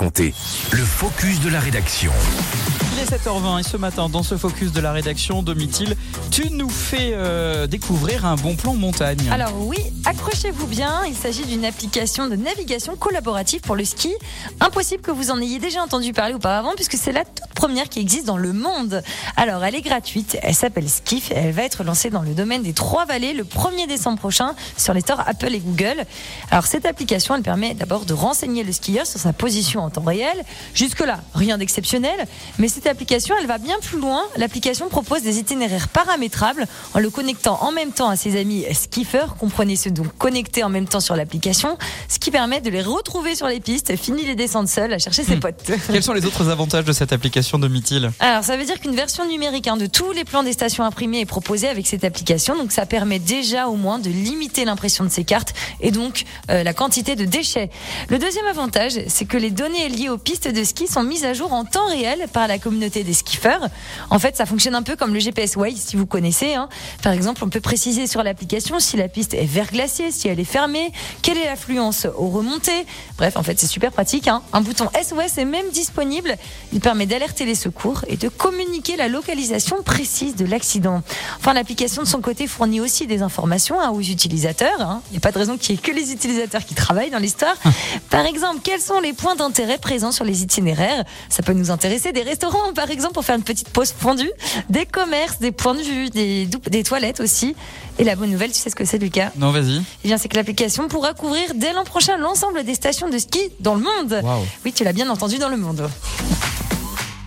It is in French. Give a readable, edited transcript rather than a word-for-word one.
Franche-Comté. Le focus de la rédaction. Il est 7h20 et ce matin, dans ce focus de la rédaction, Domitil, tu nous fais découvrir un bon plan montagne. Alors oui, accrochez-vous bien, il s'agit d'une application de navigation collaborative pour le ski. Impossible que vous en ayez déjà entendu parler auparavant puisque c'est la toute première qui existe dans le monde. Alors elle est gratuite, elle s'appelle Skiff et elle va être lancée dans le domaine des Trois-Vallées le 1er décembre prochain sur les stores Apple et Google. Alors cette application, elle permet d'abord de renseigner le skieur sur sa position en temps réel. Jusque-là, rien d'exceptionnel, mais cette application, elle va bien plus loin. L'application propose des itinéraires paramétrables en le connectant en même temps à ses amis skiffeurs. Comprenez ceux donc connectés en même temps sur l'application, ce qui permet de les retrouver sur les pistes. Fini les descentes seules à chercher ses potes. Quels sont les autres avantages de cette application, Domitil ? Alors ça veut dire qu'une version numérique de tous les plans des stations imprimés est proposée avec cette application. Donc ça permet déjà au moins de limiter l'impression de ces cartes et donc la quantité de déchets. Le deuxième avantage, c'est que les données liées aux pistes de ski sont mises à jour en temps réel par la communauté des skiffeurs. En fait, ça fonctionne un peu comme le GPS Waze, si vous connaissez. Par exemple, on peut préciser sur l'application si la piste est verglacée, si elle est fermée, quelle est l'affluence aux remontées. Bref, en fait, c'est super pratique. Un bouton SOS est même disponible. Il permet d'alerter les secours et de communiquer la localisation précise de l'accident. Enfin, l'application de son côté fournit aussi des informations aux utilisateurs. Il n'y a pas de raison qu'il n'y ait que les utilisateurs qui travaillent dans l'histoire. Par exemple, quels sont les points d'intérêt présents sur les itinéraires ? Ça peut nous intéresser. Des restaurants, par exemple, pour faire une petite pause fondue, des commerces, des points de vue, des toilettes aussi. Et la bonne nouvelle, tu sais ce que c'est, Lucas ? Non, vas-y. Eh bien, c'est que l'application pourra couvrir dès l'an prochain l'ensemble des stations de ski dans le monde. Wow. Oui, tu l'as bien entendu, dans le monde.